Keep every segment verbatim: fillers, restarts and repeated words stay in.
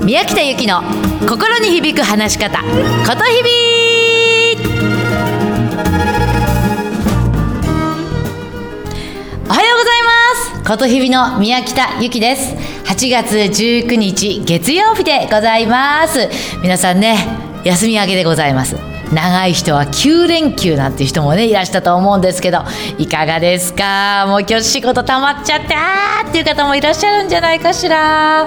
宮北由紀の心に響く話し方、ことひび。おはようございます。ことひびの宮北由紀です。はちがつじゅうくにち月曜日でございます。皆さんね、休み明けでございます。長い人はきゅうれんきゅうなんていう人もねいらしたと思うんですけど、いかがですか？もう今日仕事溜まっちゃってあーっていう方もいらっしゃるんじゃないかしら。はい、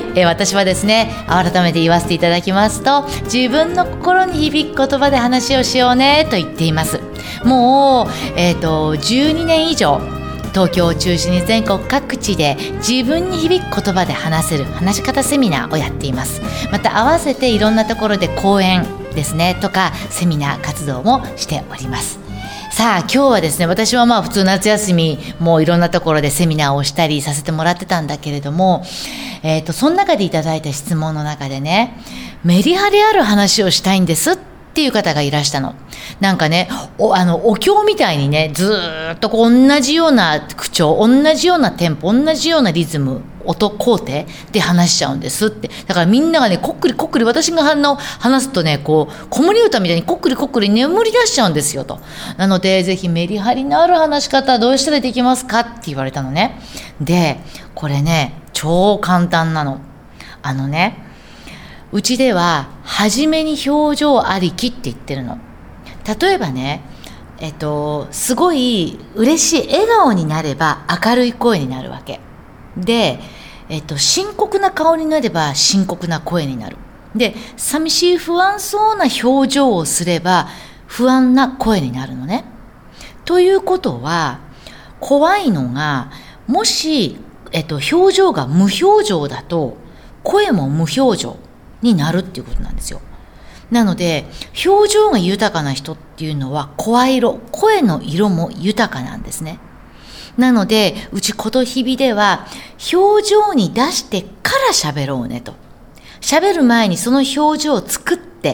えー、私はですね、改めて言わせていただきますと、自分の心に響く言葉で話をしようねと言っています。もう、えーと、じゅうにねん以上東京を中心に全国各地で自分に響く言葉で話せる話し方セミナーをやっています。また合わせていろんなところで講演ですねとかセミナー活動もしております。さあ今日はですね、私はまあ普通夏休みもういろんなところでセミナーをしたりさせてもらってたんだけれども、えーとその中でいただいた質問の中でね、メリハリある話をしたいんですっていう方がいらしたの。なんかね、おあのお経みたいにね、ずーっとこう同じような口調、同じようなテンポ、同じようなリズム、音工程で話しちゃうんですって。だからみんながね、こっくりこっくり私が反応話すとね、こう子守歌みたいにこっくりこっくり眠り出しちゃうんですよと。なのでぜひメリハリのある話し方どうしたらできますかって言われたのね。で、これね超簡単なの。あのね、うちでは初めに表情ありきって言ってるの。例えばね、えっとすごい嬉しい笑顔になれば明るい声になるわけで、えっと深刻な顔になれば深刻な声になる。で、寂しい不安そうな表情をすれば不安な声になるのね。ということは、怖いのが、もし、えっと、表情が無表情だと声も無表情になるっていうことなんですよ。なので表情が豊かな人っていうのは声色、声の色も豊かなんですね。なのでうちことひびでは表情に出してから喋ろうねと。喋る前にその表情を作って、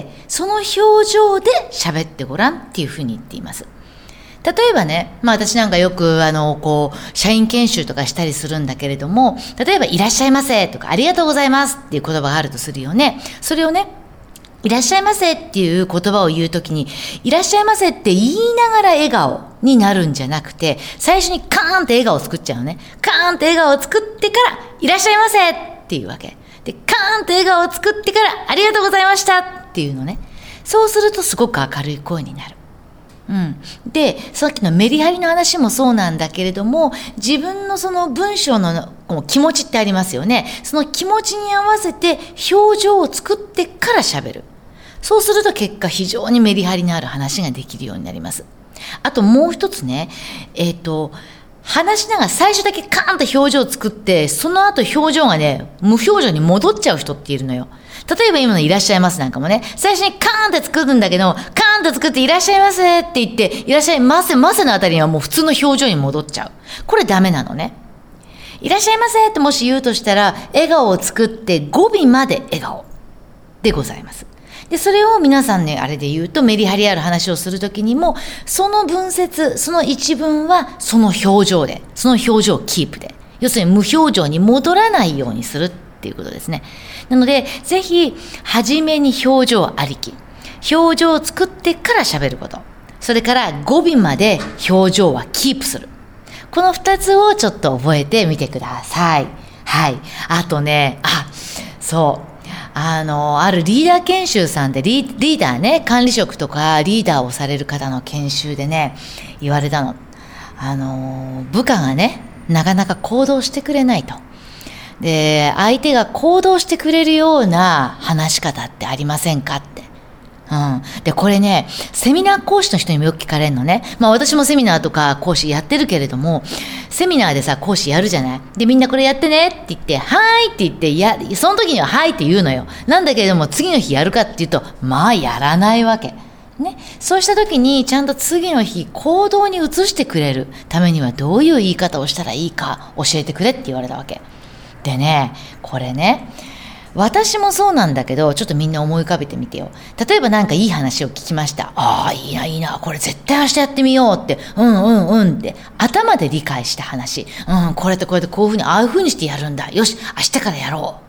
その表情で喋ってごらんっていうふうに言っています。例えばね、まあ私なんかよくあのこう社員研修とかしたりするんだけれども、例えばいらっしゃいませとかありがとうございますっていう言葉があるとするよね。それをね、いらっしゃいませっていう言葉を言うときに、いらっしゃいませって言いながら笑顔になるんじゃなくて、最初にカーンって笑顔を作っちゃうのね。カーンって笑顔を作ってからいらっしゃいませっていうわけで、カーンって笑顔を作ってからありがとうございましたっていうのね。そうするとすごく明るい声になる。うん、で、さっきのメリハリの話もそうなんだけれども、自分のその文章の気持ちってありますよね。その気持ちに合わせて表情を作ってから喋る。そうすると結果非常にメリハリのある話ができるようになります。あともう一つね、えっと話しながら最初だけカーンと表情を作って、その後表情がね無表情に戻っちゃう人っているのよ。例えば今のいらっしゃいますなんかもね、最初にカーンって作るんだけど、カーンと作っていらっしゃいませって言って、いらっしゃいませませのあたりにはもう普通の表情に戻っちゃう。これダメなのね。いらっしゃいませってもし言うとしたら、笑顔を作って語尾まで笑顔でございます。で、それを皆さんね、あれで言うとメリハリある話をするときにも、その文節、その一文はその表情で、その表情をキープで、要するに無表情に戻らないようにするっていうことですね。なので、ぜひ、初めに表情ありき。表情を作ってから喋ること。それから語尾まで表情はキープする。この二つをちょっと覚えてみてください。はい。あとね、あ、そう。あの、あるリーダー研修さんでリー、リーダーね、管理職とかリーダーをされる方の研修でね、言われたの。あの、部下がね、なかなか行動してくれないと。で、相手が行動してくれるような話し方ってありませんかって。うん。で、これね、セミナー講師の人にもよく聞かれるのね。まあ私もセミナーとか講師やってるけれども、セミナーでさ、講師やるじゃない？で、みんなこれやってねって言って、はーいって言って、や、その時にははいって言うのよ。なんだけれども、次の日やるかっていうと、まあやらないわけ。ね。そうした時に、ちゃんと次の日行動に移してくれるためにはどういう言い方をしたらいいか教えてくれって言われたわけ。でね、これね、私もそうなんだけど、ちょっとみんな思い浮かべてみてよ。例えばなんかいい話を聞きました。ああ、いいな、いいな、これ絶対明日やってみようって、うんうんうんって、頭で理解した話。うん、これとこれとこういうふうに、ああいうふうにしてやるんだ。よし、明日からやろう。っ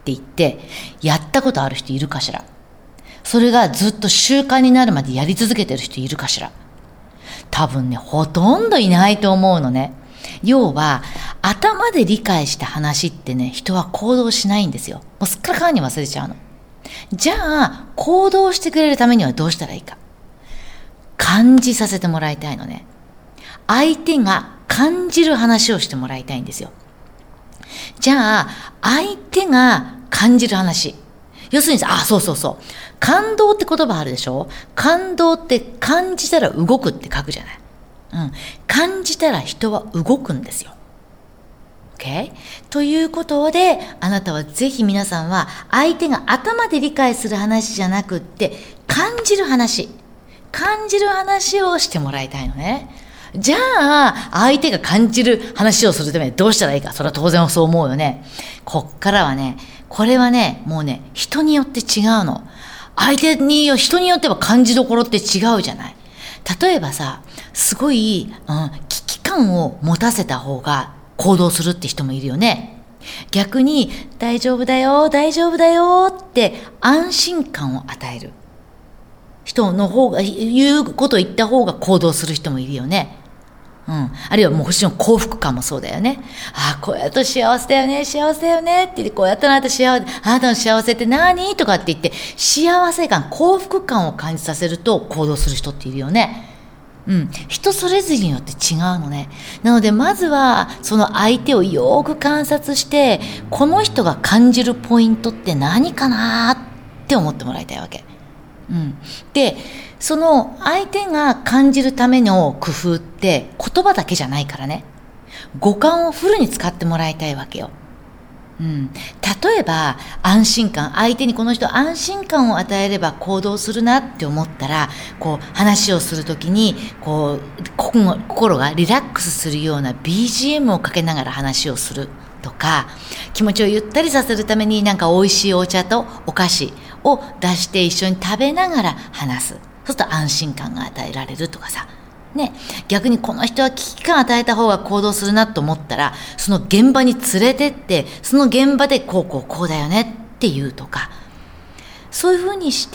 言ってやったことある人いるかしら。それがずっと習慣になるまでやり続けてる人いるかしら。多分ね、ほとんどいないと思うのね。要は頭で理解した話ってね、人は行動しないんですよ。もうすっからかんに忘れちゃうの。じゃあ行動してくれるためにはどうしたらいいか。感じさせてもらいたいのね。相手が感じる話をしてもらいたいんですよ。じゃあ相手が感じる話、要するにさ、あ、そうそうそう、感動って言葉あるでしょ。感動って感じたら動くって書くじゃない。うん、感じたら人は動くんですよ。OK？ ということで、あなたはぜひ皆さんは相手が頭で理解する話じゃなくって感じる話、感じる話をしてもらいたいのね。じゃあ相手が感じる話をするためにどうしたらいいか。それは当然そう思うよね。こっからはね、これはね、もうね、人によって違うの。相手に、人によっては感じどころって違うじゃない。例えばさ、すごい、うん、危機感を持たせた方が行動するって人もいるよね。逆に大丈夫だよ大丈夫だよって安心感を与える人の方が、言うことを言った方が行動する人もいるよね。うん。あるいはもちろん幸福感もそうだよね。ああ、こうやると幸せだよね、幸せだよねって言って、こうやったらあなた幸せ、あなたの幸せって何とかって言って、幸せ感、幸福感を感じさせると行動する人っているよね。うん。人それぞれによって違うのね。なのでまずはその相手をよく観察して、この人が感じるポイントって何かなって思ってもらいたいわけ。うん、で、その相手が感じるための工夫って言葉だけじゃないからね。五感をフルに使ってもらいたいわけよ。うん、例えば安心感、相手にこの人安心感を与えれば行動するなって思ったら、こう話をするときにこう心がリラックスするような ビージーエム をかけながら話をするとか、気持ちをゆったりさせるためになんか美味しいお茶とお菓子を出して一緒に食べながら話す。そうすると安心感が与えられるとかさ。ね、逆にこの人は危機感与えた方が行動するなと思ったら、その現場に連れてって、その現場でこうこうこうだよねっていうとか、そういうふうにして、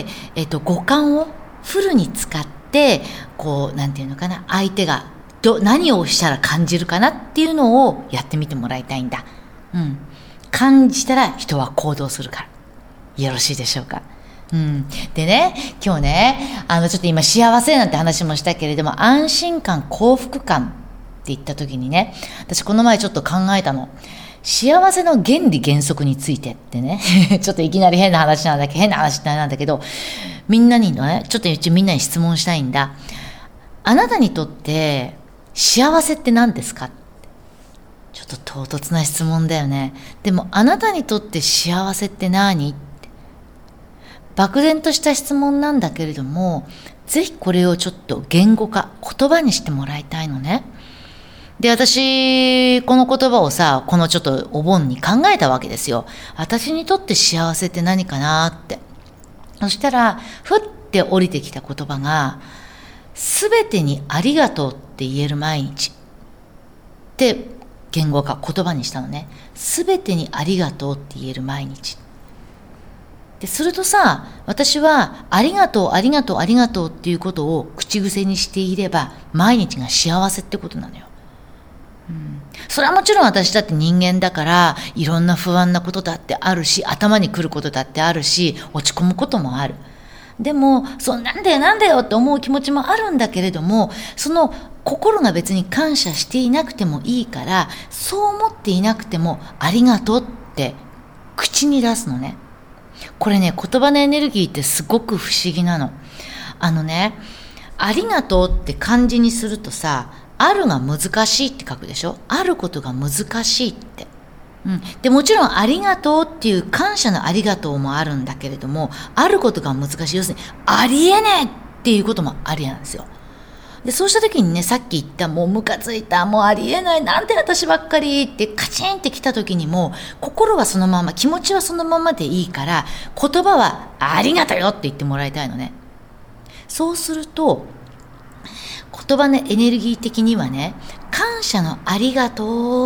えっと、五感をフルに使って、こう、なんていうのかな、相手がど何をしたら感じるかなっていうのをやってみてもらいたいんだ。うん。感じたら人は行動するから。よろしいでしょうか。うん。でね、今日ね、あのちょっと今幸せなんて話もしたけれども、安心感、幸福感って言った時にね、私この前ちょっと考えたの。幸せの原理原則についてってね、ちょっといきなり変な話なんだけど、変な話なんだけど、みんなにね、ちょっと一応みんなに質問したいんだ。あなたにとって幸せって何ですか？ちょっと唐突な質問だよね。でもあなたにとって幸せって何？漠然とした質問なんだけれども、ぜひこれをちょっと言語化、言葉にしてもらいたいのね。で、私、この言葉をさ、このちょっとお盆に考えたわけですよ。私にとって幸せって何かなって。そしたら、ふって降りてきた言葉が、すべてにありがとうって言える毎日って言語化、言葉にしたのね。すべてにありがとうって言える毎日。でするとさ、私はありがとうありがとうありがとうっていうことを口癖にしていれば毎日が幸せってことなのよ。うん、それはもちろん私だって人間だから、いろんな不安なことだってあるし、頭に来ることだってあるし、落ち込むこともある。でもそうなんだよなんだよって思う気持ちもあるんだけれども、その心が別に感謝していなくてもいいから、そう思っていなくてもありがとうって口に出すのね。これね、言葉のエネルギーってすごく不思議なの。あのね、ありがとうって漢字にするとさ、あるが難しいって書くでしょ。あることが難しいって。うん。で、もちろんありがとうっていう感謝のありがとうもあるんだけれども、あることが難しい。要するに、ありえねえっていうこともありなんですよ。で、そうした時にね、さっき言ったもうムカついた、もうありえない、なんで私ばっかりってカチンってきた時にも、心はそのまま、気持ちはそのままでいいから、言葉はありがとうよって言ってもらいたいのね。そうすると、言葉のエネルギー的にはね、感謝のありがとうって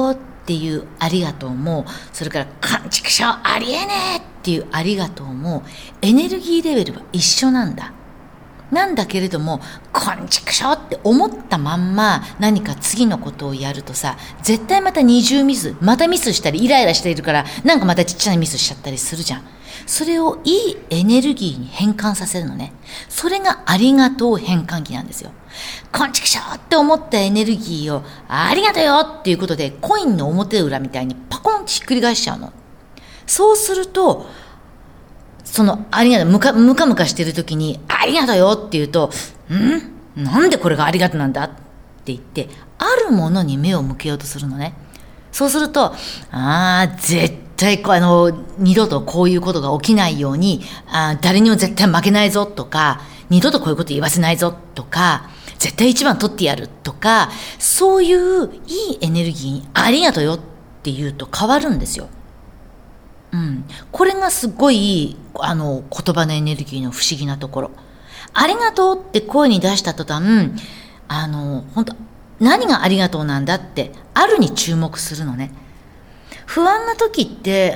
っていうありがとうも、それから感畜症ありえねえっていうありがとうも、エネルギーレベルは一緒なんだ。なんだけれども、こんちくしょうって思ったまんま何か次のことをやるとさ、絶対また二重ミス、またミスしたりイライラしているから、なんかまたちっちゃなミスしちゃったりするじゃん。それをいいエネルギーに変換させるのね。それがありがとう変換器なんですよ。こんちくしょうって思ったエネルギーをありがとうよっていうことで、コインの表裏みたいにパコンってひっくり返しちゃうの。そうすると、そのありがとう、ムカムカムカしてる時にありがとうよって言うと、んなんでこれがありがとうなんだって言って、あるものに目を向けようとするのね。そうすると、ああ、絶対あの二度とこういうことが起きないように、あ誰にも絶対負けないぞとか、二度とこういうこと言わせないぞとか、絶対一番取ってやるとか、そういういいエネルギーにありがとうよって言うと変わるんですよ。うん、これがすごいあの言葉のエネルギーの不思議なところ。ありがとうって声に出した途端、あの本当何がありがとうなんだってあるに注目するのね。不安な時って、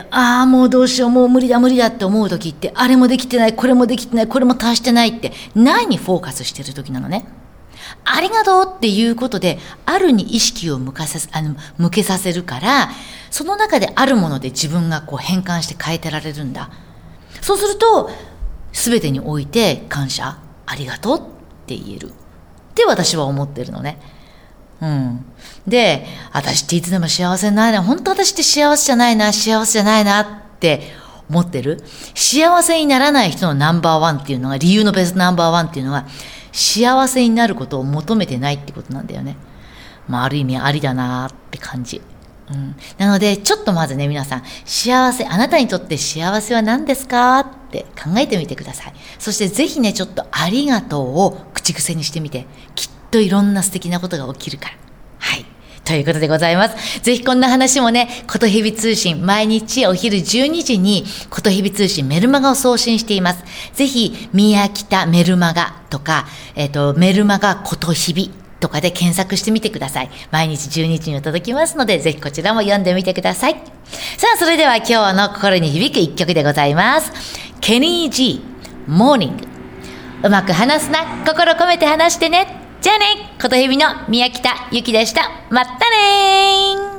ああもうどうしよう、もう無理だ無理だって思う時って、あれもできてない、これもできてない、これも達してないってないにフォーカスしてる時なのね。ありがとうっていうことで、あるに意識を向かさあの向けさせるから、その中であるもので自分がこう変換して変えてられるんだ。そうすると、すべてにおいて感謝、ありがとうって言えるって私は思ってるのね。うん。で、私っていつでも幸せになれない。本当私って幸せじゃないな、幸せじゃないなって思ってる。幸せにならない人のナンバーワンっていうのが、理由のベストナンバーワンっていうのは、幸せになることを求めてないってことなんだよね。まあ、ある意味ありだなって感じ。うん。なので、ちょっとまずね、皆さん、幸せ、あなたにとって幸せは何ですかって考えてみてください。そしてぜひね、ちょっとありがとうを口癖にしてみて、きっといろんな素敵なことが起きるから。はい。ということでございます。ぜひこんな話もね、ことひび通信、毎日お昼じゅうにじにことひび通信メルマガを送信しています。ぜひ、宮北メルマガとか、えっと、メルマガことひびとかで検索してみてください。毎日じゅうにじに届きますので、ぜひこちらも読んでみてください。さあ、それでは今日の心に響く一曲でございます。ケニー G、モーニング。うまく話すな、心込めて話してね。じゃあね、ことひびの宮北ゆきでした。またねー。